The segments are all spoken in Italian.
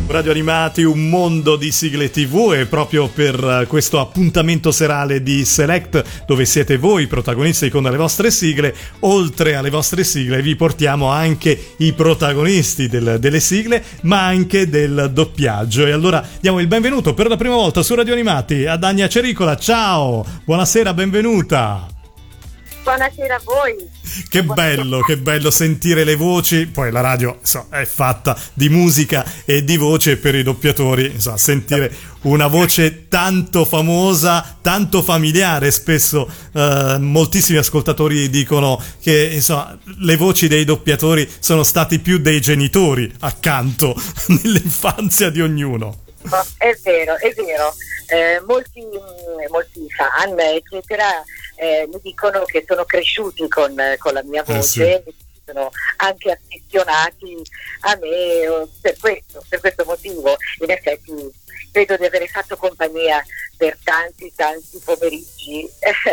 Radio Animati, un mondo di sigle TV, e proprio per questo appuntamento serale di Select, dove siete voi protagonisti con le vostre sigle, oltre alle vostre sigle vi portiamo anche i protagonisti delle sigle, ma anche del doppiaggio. E allora diamo il benvenuto per la prima volta su Radio Animati a Dania Cericola. Ciao, buonasera, benvenuta. Buonasera a voi. Che bello sentire le voci. Poi la radio è fatta di musica e di voce, per i doppiatori sentire una voce tanto famosa, tanto familiare. Spesso moltissimi ascoltatori dicono che le voci dei doppiatori sono stati più dei genitori accanto nell'infanzia di ognuno. È vero. Molti fan eccetera mi dicono che sono cresciuti con la mia voce, sì. Sono anche affezionati a me per questo motivo. In effetti credo di aver fatto compagnia per tanti pomeriggi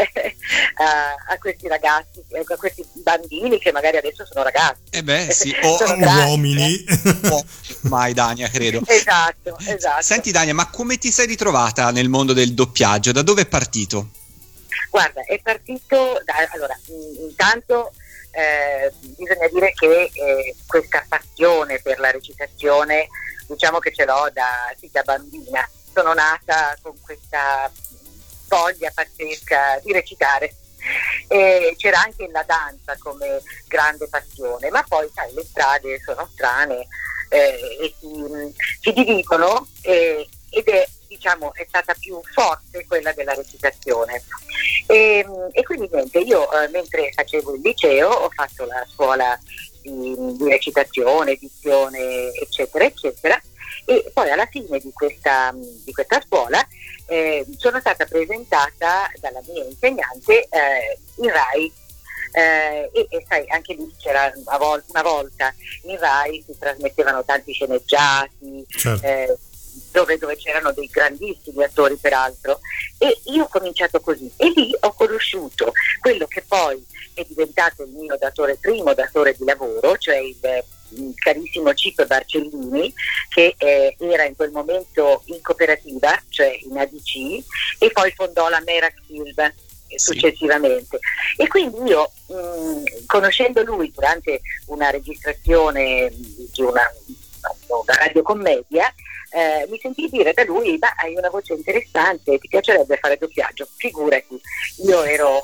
a questi ragazzi, a questi bambini che magari adesso sono ragazzi. Sì, o uomini. Mai Dania, credo. Esatto. Senti Dania, ma come ti sei ritrovata nel mondo del doppiaggio? Da dove è partito? Guarda, è partito intanto bisogna dire che questa passione per la recitazione, diciamo che ce l'ho da bambina. Sono nata con questa voglia pazzesca di recitare. C'era anche la danza come grande passione, ma poi sai, le strade sono strane e si dividono ed è stata più forte quella della recitazione. E quindi niente, io mentre facevo il liceo ho fatto la scuola di recitazione, dizione, eccetera, e poi alla fine di questa scuola sono stata presentata dalla mia insegnante in Rai. E sai, anche lì c'era una volta in Rai si trasmettevano tanti sceneggiati, certo. Dove c'erano dei grandissimi attori peraltro, e io ho cominciato così, e lì ho conosciuto quello che poi è diventato il mio primo datore di lavoro, cioè il carissimo Cippo Barcellini, che era in quel momento in cooperativa, cioè in ADC, e poi fondò la Merac Film successivamente. E quindi io, conoscendo lui durante una registrazione di una radiocommedia, mi sentii dire da lui: ma hai una voce interessante, ti piacerebbe fare doppiaggio? Figurati, io ero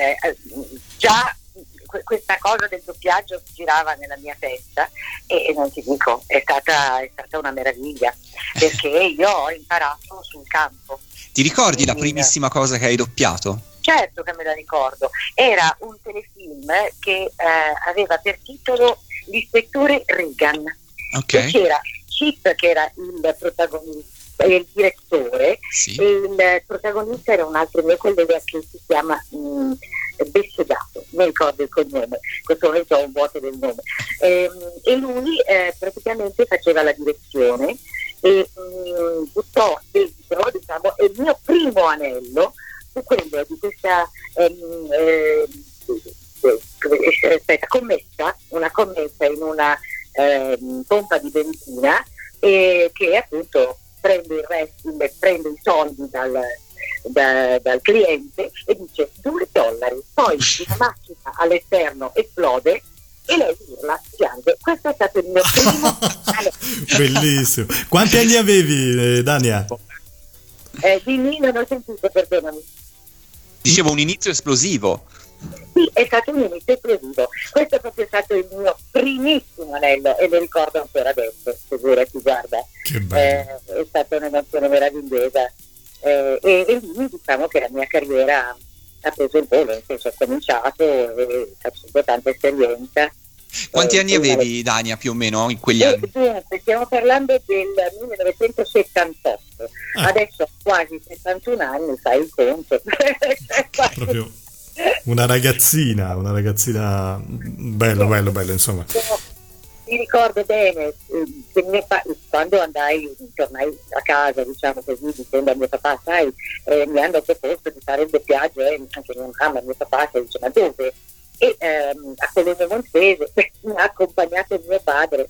già questa cosa del doppiaggio girava nella mia testa, e non ti dico, è stata una meraviglia, perché io ho imparato sul campo. Ti ricordi la primissima cosa che hai doppiato? Certo che me la ricordo, era un telefilm che aveva per titolo L'ispettore Reagan. Okay. E c'era Chip che era il protagonista, il direttore, sì. E il protagonista era un altro mio collega che si chiama Bessegato, non ricordo il cognome, in questo momento ho un vuoto del nome, e lui praticamente faceva la direzione e buttò dentro, diciamo, il mio primo anello su quello di questa una commessa in una pompa di benzina, che appunto prende i soldi dal cliente e dice $2, poi una macchina all'esterno esplode e lei urla, piange. Questo è stato il mio primo bellissimo. Quanti anni avevi, Dania? Dimmi, non ho sentito, perdonami. Dicevo, un inizio esplosivo. Sì, è stato un inizio esplosivo. Questo è proprio stato il mio primissimo anello e lo ricordo ancora adesso, figurati, guarda. Che bello. È stata un'emozione meravigliosa, e lì diciamo che la mia carriera ha preso il volo, nel senso, ho cominciato e facendo tanta esperienza. Quanti anni avevi, Dania, più o meno in quegli anni? Dunque, stiamo parlando del 1978, adesso ho quasi 71 anni, fai il conto. Proprio una ragazzina, bello, insomma. Mi ricordo bene che quando tornai a casa, diciamo così, dicendo a mio papà, sai, mi hanno proposto di fare il doppiaggio, anche mia mamma, mio papà, che dice, ma dove? E a Colombo Monzese mi ha accompagnato mio padre,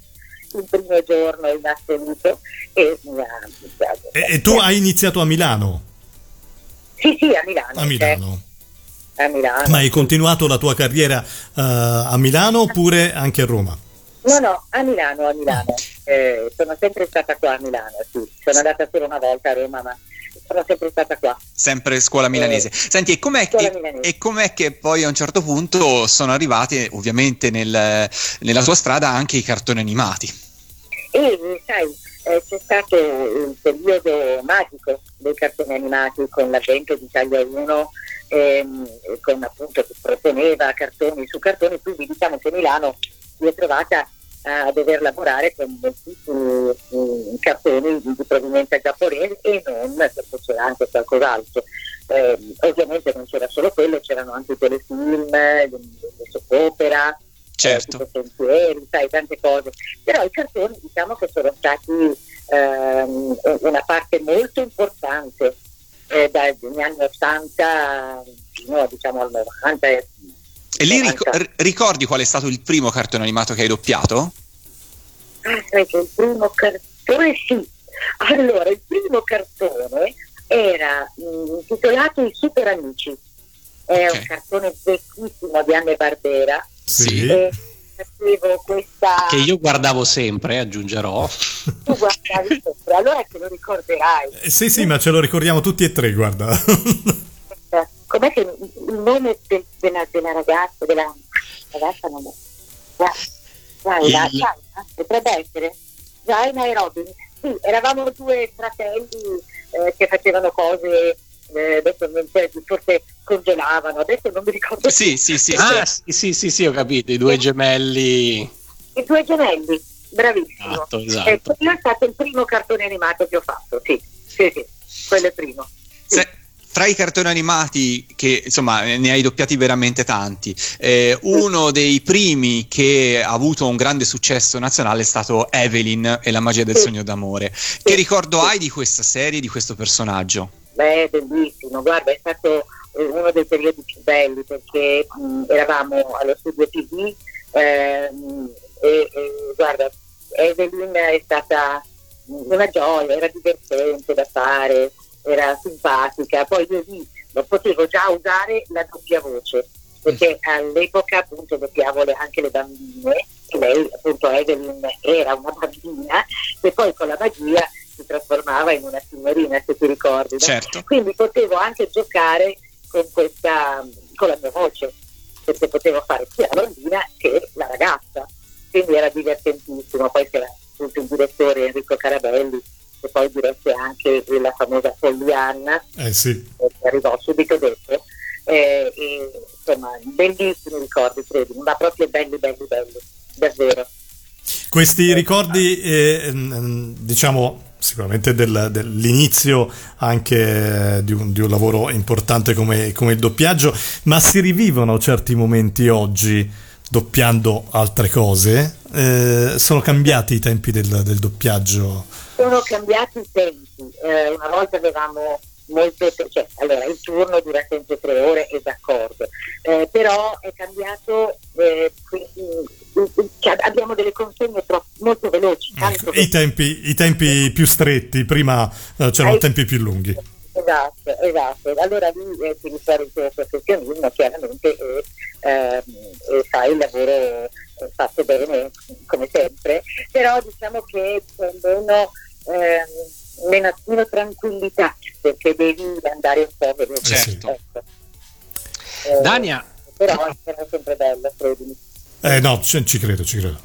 il primo giorno in assoluto e mi ha E tu hai iniziato a Milano? Sì, a Milano. A Milano. A Milano. Ma hai continuato la tua carriera a Milano oppure anche a Roma? No, a Milano. Sono sempre stata qua a Milano, sì. Sono andata solo una volta a Roma, ma sono sempre stata qua. Sempre scuola milanese. Senti, e com'è che poi a un certo punto sono arrivati, ovviamente, nella tua strada anche i cartoni animati? E sai, c'è stato il periodo magico dei cartoni animati con l'avvento di Italia 1, con appunto che proponeva cartoni su cartoni, quindi diciamo che Milano si è trovata a dover lavorare con moltissimi cartoni di provenienza giapponese e non, perché c'era anche qualcos'altro. Ovviamente non c'era solo quello, c'erano anche i telefilm, le soap opera, certo, sentieri, sai, tante cose. Però i cartoni diciamo che sono stati una parte molto importante dagli anni 80 fino diciamo al 90. E lì ricordi qual è stato il primo cartone animato che hai doppiato? Sai che il primo cartone, sì. Allora, il primo cartone era intitolato I Super Amici. È un cartone vecchissimo di Hanna Barbera. Sì. Facevo questa... Che io guardavo sempre, aggiungerò. Tu guardavi sempre, allora te lo ricorderai. Sì, ma ce lo ricordiamo tutti e tre, guarda. Com'è che il nome della ragazza non è potrebbe essere Zaina e Robin. Sì, eravamo due fratelli che facevano cose, adesso forse congelavano, adesso non mi ricordo. Sì. Sì, ho capito, i due gemelli. I due gemelli, bravissimo. Esatto. Quello è stato il primo cartone animato che ho fatto, sì, quello è il primo. Sì. Tra i cartoni animati, che insomma ne hai doppiati veramente tanti, uno dei primi che ha avuto un grande successo nazionale è stato Evelyn e la magia del sogno d'amore. Che ricordo hai di questa serie, di questo personaggio? Beh, bellissimo, guarda, è stato uno dei periodi più belli perché eravamo allo studio TV e guarda, Evelyn è stata una gioia, era divertente da fare, era simpatica, poi io lì non potevo già usare la doppia voce perché all'epoca appunto doppiavo anche le bambine e lei appunto Evelyn era una bambina e poi con la magia si trasformava in una signorina, se ti ricordi, no? Certo. Quindi potevo anche giocare con la mia voce perché potevo fare sia la bambina che la ragazza, quindi era divertentissimo. Poi c'era appunto il direttore Enrico Carabelli e poi diresse anche la famosa Pollyanna, sì, che arrivò subito dopo, insomma bellissimi ricordi, credimi, ma proprio belli, davvero. Questi ricordi, diciamo, sicuramente dell'inizio anche di un lavoro importante come il doppiaggio, ma si rivivono certi momenti oggi doppiando altre cose? Sono cambiati i tempi del doppiaggio? Sono cambiati i tempi, una volta avevamo allora il turno dura sempre 3 ore e d'accordo, però è cambiato, abbiamo delle consegne molto veloci. Ecco, i tempi più stretti, prima c'erano tempi più lunghi. Esatto. Allora lì ti riferi il tuo professionismo chiaramente e fai il lavoro fatto bene come sempre, però diciamo che uno meno tranquillità perché devi andare un po' veloce. Certo. Dania, però è sempre bello, credimi. No, ci credo.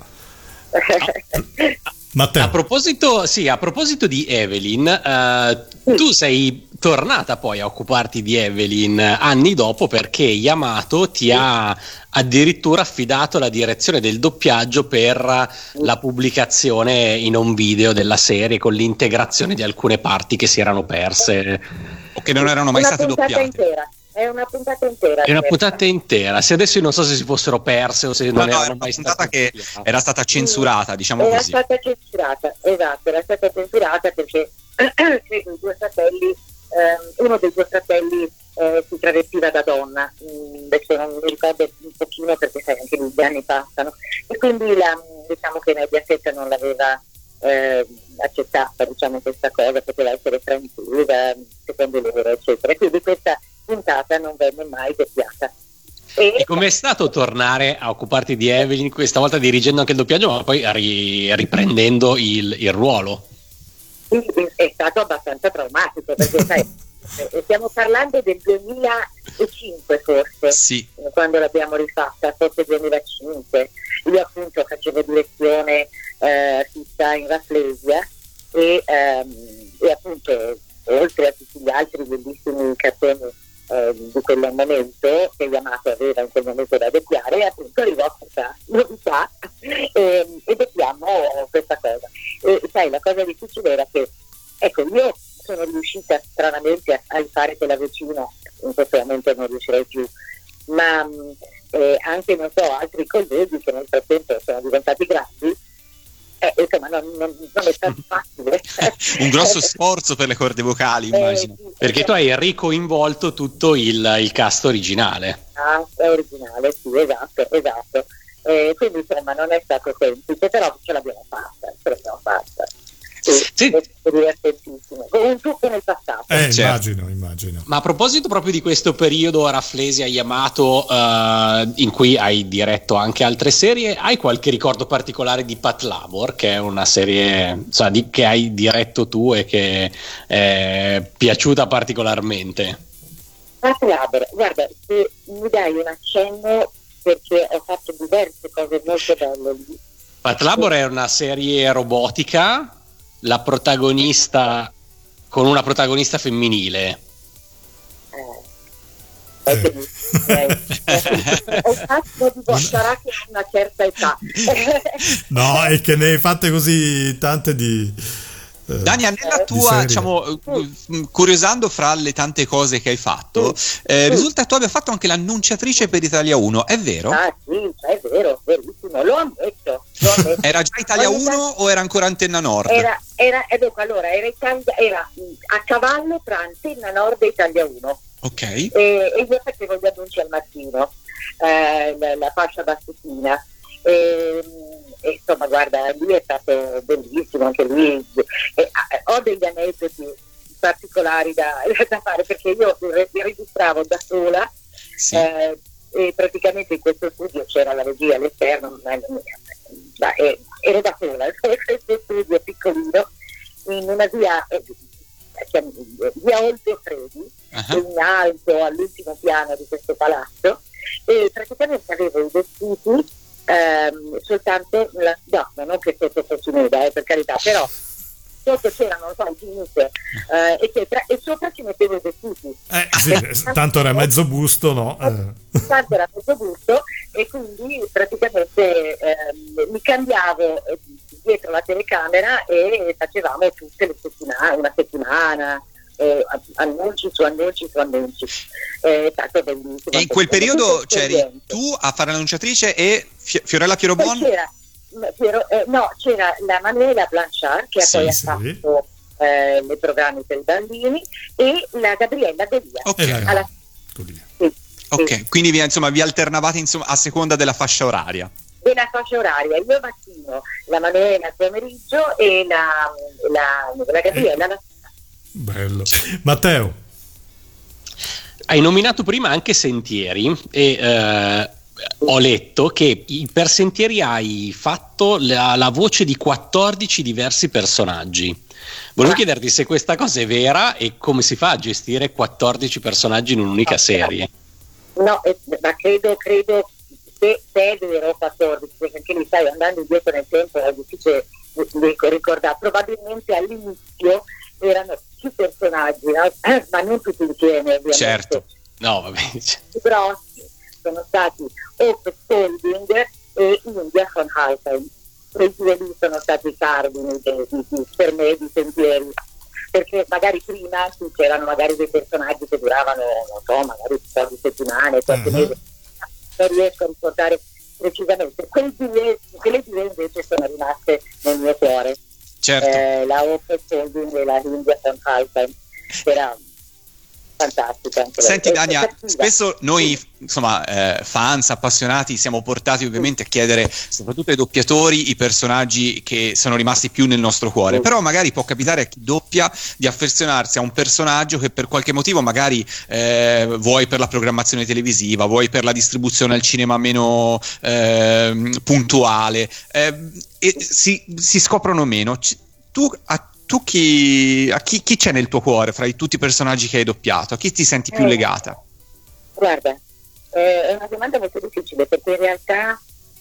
Matteo. A proposito di Evelyn, tu sei tornata poi a occuparti di Evelyn anni dopo perché Yamato ti ha addirittura affidato la direzione del doppiaggio per la pubblicazione in home video della serie con l'integrazione di alcune parti che si erano perse o che non erano mai state doppiate. È una puntata intera. È una puntata intera. Se adesso io non so se si fossero perse o se non erano mai state. Che era stata censurata, diciamo era così. Era stata censurata, esatto, era stata censurata perché i due fratelli, uno dei due fratelli si travestiva da donna, adesso non mi ricordo un pochino perché sai anche gli anni passano, e quindi diciamo che Mediaset non l'aveva accettata, diciamo, questa cosa, poteva essere fraintesa secondo loro, eccetera, quindi questa puntata non venne mai doppiata. E com'è stato tornare a occuparti di Evelyn, questa volta dirigendo anche il doppiaggio, ma poi riprendendo il ruolo? È stato abbastanza traumatico, perché sai, stiamo parlando del 2005 forse, sì, quando l'abbiamo rifatta, forse 2005. Io appunto facevo direzione fissa in Rafflesia e appunto, oltre a tutti gli altri bellissimi cartoni di quel momento che Yamato aveva in quel momento da doppiare, appunto arrivò questa novità e doppiamo questa cosa. E sai, la cosa difficile era che, ecco, io sono riuscita stranamente a rifare quella vocina, in questo momento non riuscirei più, ma anche, non so, altri colleghi che nel frattempo sono diventati grandi, insomma non è stato facile. Un grosso sforzo per le corde vocali, immagino. Perché tu hai ricoinvolto tutto il cast originale. È originale, sì, esatto. Quindi insomma non è stato semplice, però ce l'abbiamo fatta. Sì. È divertentissimo, un trucco nel passato. Certo. Immagino. Ma a proposito proprio di questo periodo Rafflesia Yamato, in cui hai diretto anche altre serie, hai qualche ricordo particolare di Patlabor, che è una serie che hai diretto tu e che è piaciuta particolarmente? Patlabor, guarda, se mi dai un accenno, perché ho fatto diverse cose molto belle lì. Patlabor è una serie robotica, la protagonista con una protagonista femminile. Sarà che ha una certa età. No, è che ne hai fatte così tante di... Dani, nella tua, diciamo, curiosando fra le tante cose che hai fatto, risulta tu abbia fatto anche l'annunciatrice per Italia 1, è vero? Ah sì, è vero, verissimo, lo ammetto. Era già Italia 1 o era ancora Antenna Nord? Era a cavallo tra Antenna Nord e Italia 1. Ok. E io facevo gli annunci al mattino, la fascia battutina. E insomma, guarda, lui è stato bellissimo, anche lui. Ho degli aneddoti particolari da fare, perché io registravo da sola, sì. E praticamente in questo studio c'era la regia all'esterno, ero da sola in questo studio piccolino in una via Oltre Fredi, in alto all'ultimo piano di questo palazzo, e praticamente avevo i vestiti soltanto non che sotto fossi nuda, per carità, però sotto c'erano, non so, jeans, eccetera, e sopra ci mettevo i vestiti. Sì, tanto era mezzo busto, no? Tanto era mezzo busto, e quindi praticamente mi cambiavo dietro la telecamera e facevamo tutte le settimane, una settimana, annunci su annunci. Tanto bellissimo. E in quel periodo c'eri tu a fare l'annunciatrice e Fiorella Pierobon? C'era la Manuela Blanchard, che poi ha fatto i programmi per i bambini, e la Gabriella Delia. Ok, quindi vi alternavate a seconda della fascia oraria. Della fascia oraria, io mattino, la Manuela al pomeriggio e la Gabriella la sera. Bello. Matteo, hai nominato prima anche Sentieri e ho letto che per Sentieri hai fatto la voce di 14 diversi personaggi. Volevo chiederti se questa cosa è vera e come si fa a gestire 14 personaggi in un'unica serie. No, ma credo se è vero 14, perché mi stai andando indietro nel tempo, è difficile ricordare. Probabilmente all'inizio erano più personaggi, no? Ma non tutti insieme, ovviamente. Certo, no, vabbè. I grossi sono stati Hope Spalding e India von Halfen. Questi lì sono stati i cardini per me di Sentieri, perché magari prima c'erano magari dei personaggi che duravano, non so, magari un po' di settimane, qualche mese, non riesco a ricordare precisamente. Quelle due invece sono rimaste nel mio cuore. Certo. La Hope Spalding e la India von Halfen, era fantastica anche Senti lei. Dania, spesso noi insomma fans appassionati siamo portati ovviamente a chiedere soprattutto ai doppiatori i personaggi che sono rimasti più nel nostro cuore, però magari può capitare a chi doppia di affezionarsi a un personaggio che per qualche motivo magari vuoi per la programmazione televisiva, vuoi per la distribuzione al cinema meno puntuale, e si scoprono meno. Tu chi c'è nel tuo cuore fra tutti i personaggi che hai doppiato? A chi ti senti più legata? Guarda, è una domanda molto difficile, perché in realtà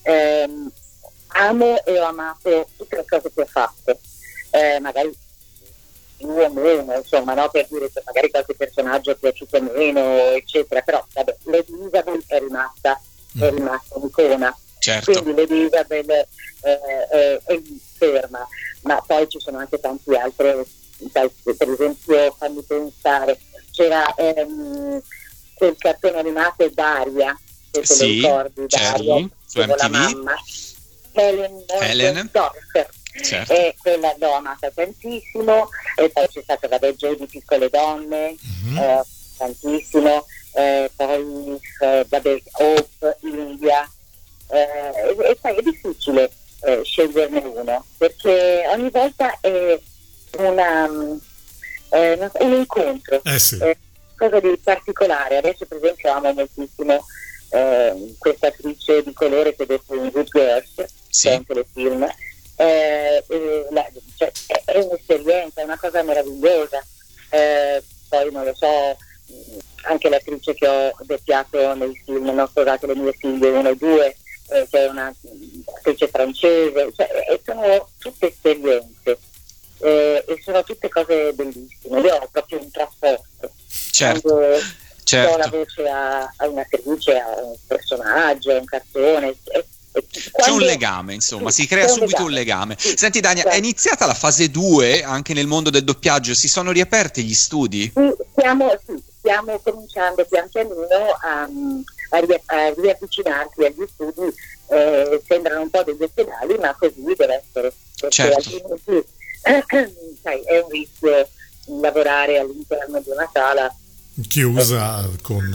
amo e ho amato tutte le cose che ho fatto, magari più o meno, insomma, no, per dire che magari qualche personaggio è piaciuto meno, eccetera, però vabbè, Lady Isabel è rimasta un'icona. Certo. Quindi Lady Isabel è ferma, ma poi ci sono anche tanti altri, per esempio, fammi pensare, c'era quel cartone animato Daria, se te lo ricordi, Daria, con la mamma, Helen Dorfer. Certo. E quella l'ho amata tantissimo, e poi c'è stato Jodie Piccole Donne, tantissimo, poi Hope, India, e poi è difficile sceglierne uno, perché ogni volta è un incontro, cosa di particolare. Adesso per esempio amo moltissimo questa attrice di colore che ho detto in Good Girls, che è un telefilm, è un'esperienza, è una cosa meravigliosa. Poi non lo so, anche l'attrice che ho doppiato nei film Non sposate le mie figlie 1 e 2, c'è una attrice francese, sono tutte esperienze, e sono tutte cose bellissime. Io ho proprio un trasporto. Certo. Quando do la voce a un'attrice, a un personaggio, a un cartone, c'è un legame, insomma, si crea subito un legame. Senti Dania, è iniziata la fase 2 anche nel mondo del doppiaggio? Si sono riaperti gli studi? Stiamo cominciando pian pianino a riavvicinarsi agli studi. Sembrano un po' degli ospedali, ma così deve essere, perché altrimenti è un rischio lavorare all'interno di una sala chiusa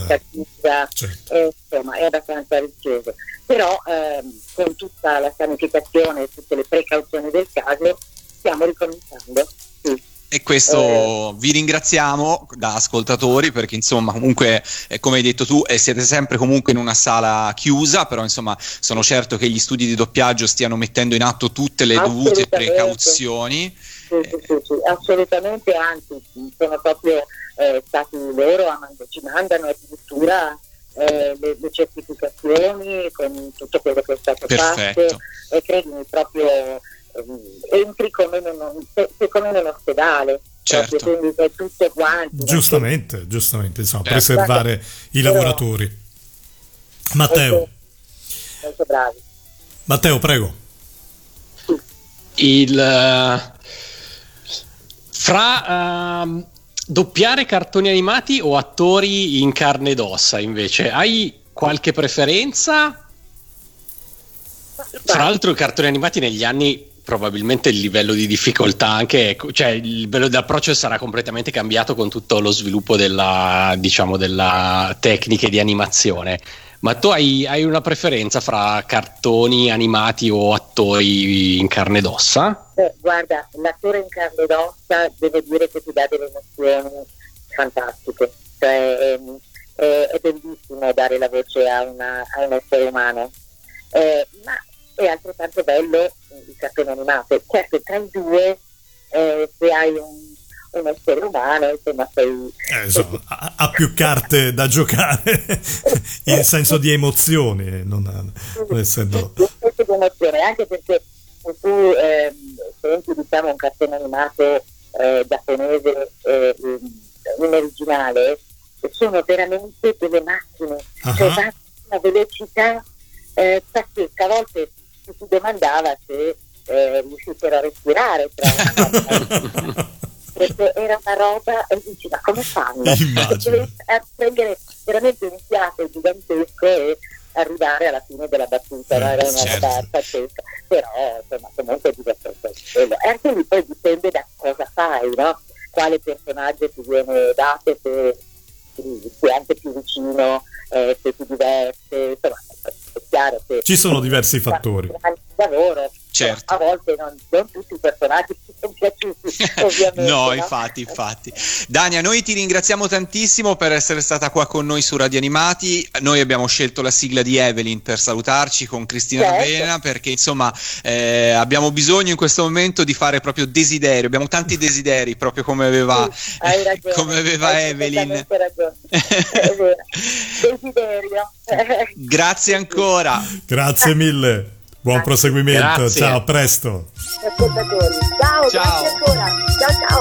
insomma è abbastanza rischioso, però con tutta la sanificazione e tutte le precauzioni del caso stiamo ricominciando. E questo vi ringraziamo da ascoltatori, perché insomma comunque come hai detto tu siete sempre comunque in una sala chiusa, però insomma sono certo che gli studi di doppiaggio stiano mettendo in atto tutte le dovute precauzioni. Sì, assolutamente, anzi sono proprio stati loro ci mandano addirittura le certificazioni con tutto quello che è stato fatto, e credimi, proprio entri come in un ospedale. Certo. Proprio, quindi è tutto quanto giustamente insomma, preservare i lavoratori. Matteo, molto bravi. Matteo, prego. Fra doppiare cartoni animati o attori in carne ed ossa, invece, hai qualche preferenza? Fra l'altro i cartoni animati negli anni probabilmente il livello di difficoltà anche, cioè il livello dell'approccio sarà completamente cambiato con tutto lo sviluppo della tecniche di animazione. Ma tu hai una preferenza fra cartoni animati o attori in carne ed ossa? Guarda, l'attore in carne ed ossa devo dire che ti dà delle emozioni fantastiche, cioè è bellissimo dare la voce a un essere umano, ma è altrettanto bello il cartone animato. Certo, tra i due, se hai un essere umano, insomma, ha più carte da giocare in senso di emozioni, non essendo di emozione, anche perché se tu senti, diciamo, un cartone animato giapponese in originale, sono veramente delle macchine, cioè vanno a una velocità pazzesca. A volte ci si domandava se riuscissero a respirare perché era una roba, e dici, ma come fanno a prendere veramente un fiato gigantesco e arrivare alla fine della battuta? Era una roba pazzesca, però insomma comunque è divertente quello. E anche lì poi dipende da cosa fai, no? Quale personaggio ti viene dato, se ci sono diversi fattori. Lavoro. Certo. A volte non tutti i personaggi sono piaciuti, ovviamente. No, infatti. Dania, noi ti ringraziamo tantissimo per essere stata qua con noi su Radio Animati. Noi abbiamo scelto la sigla di Evelyn per salutarci con Cristina D'Avena, perché insomma abbiamo bisogno in questo momento di fare proprio desiderio. Abbiamo tanti desideri, proprio come aveva, hai ragione, come aveva Evelyn. È vero. Desiderio. Grazie ancora. Grazie mille. Buon proseguimento, Grazie. Ciao, a presto. Ascoltatori. Ciao, Ciao. grazie ancora. Ciao.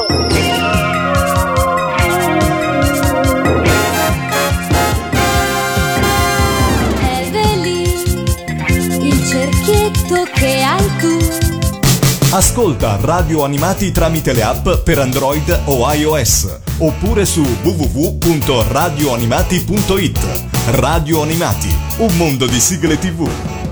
Evelyn, il cerchietto che hai tu. Ascolta Radio Animati tramite le app per Android o iOS oppure su www.radioanimati.it. Radio Animati, un mondo di sigle TV.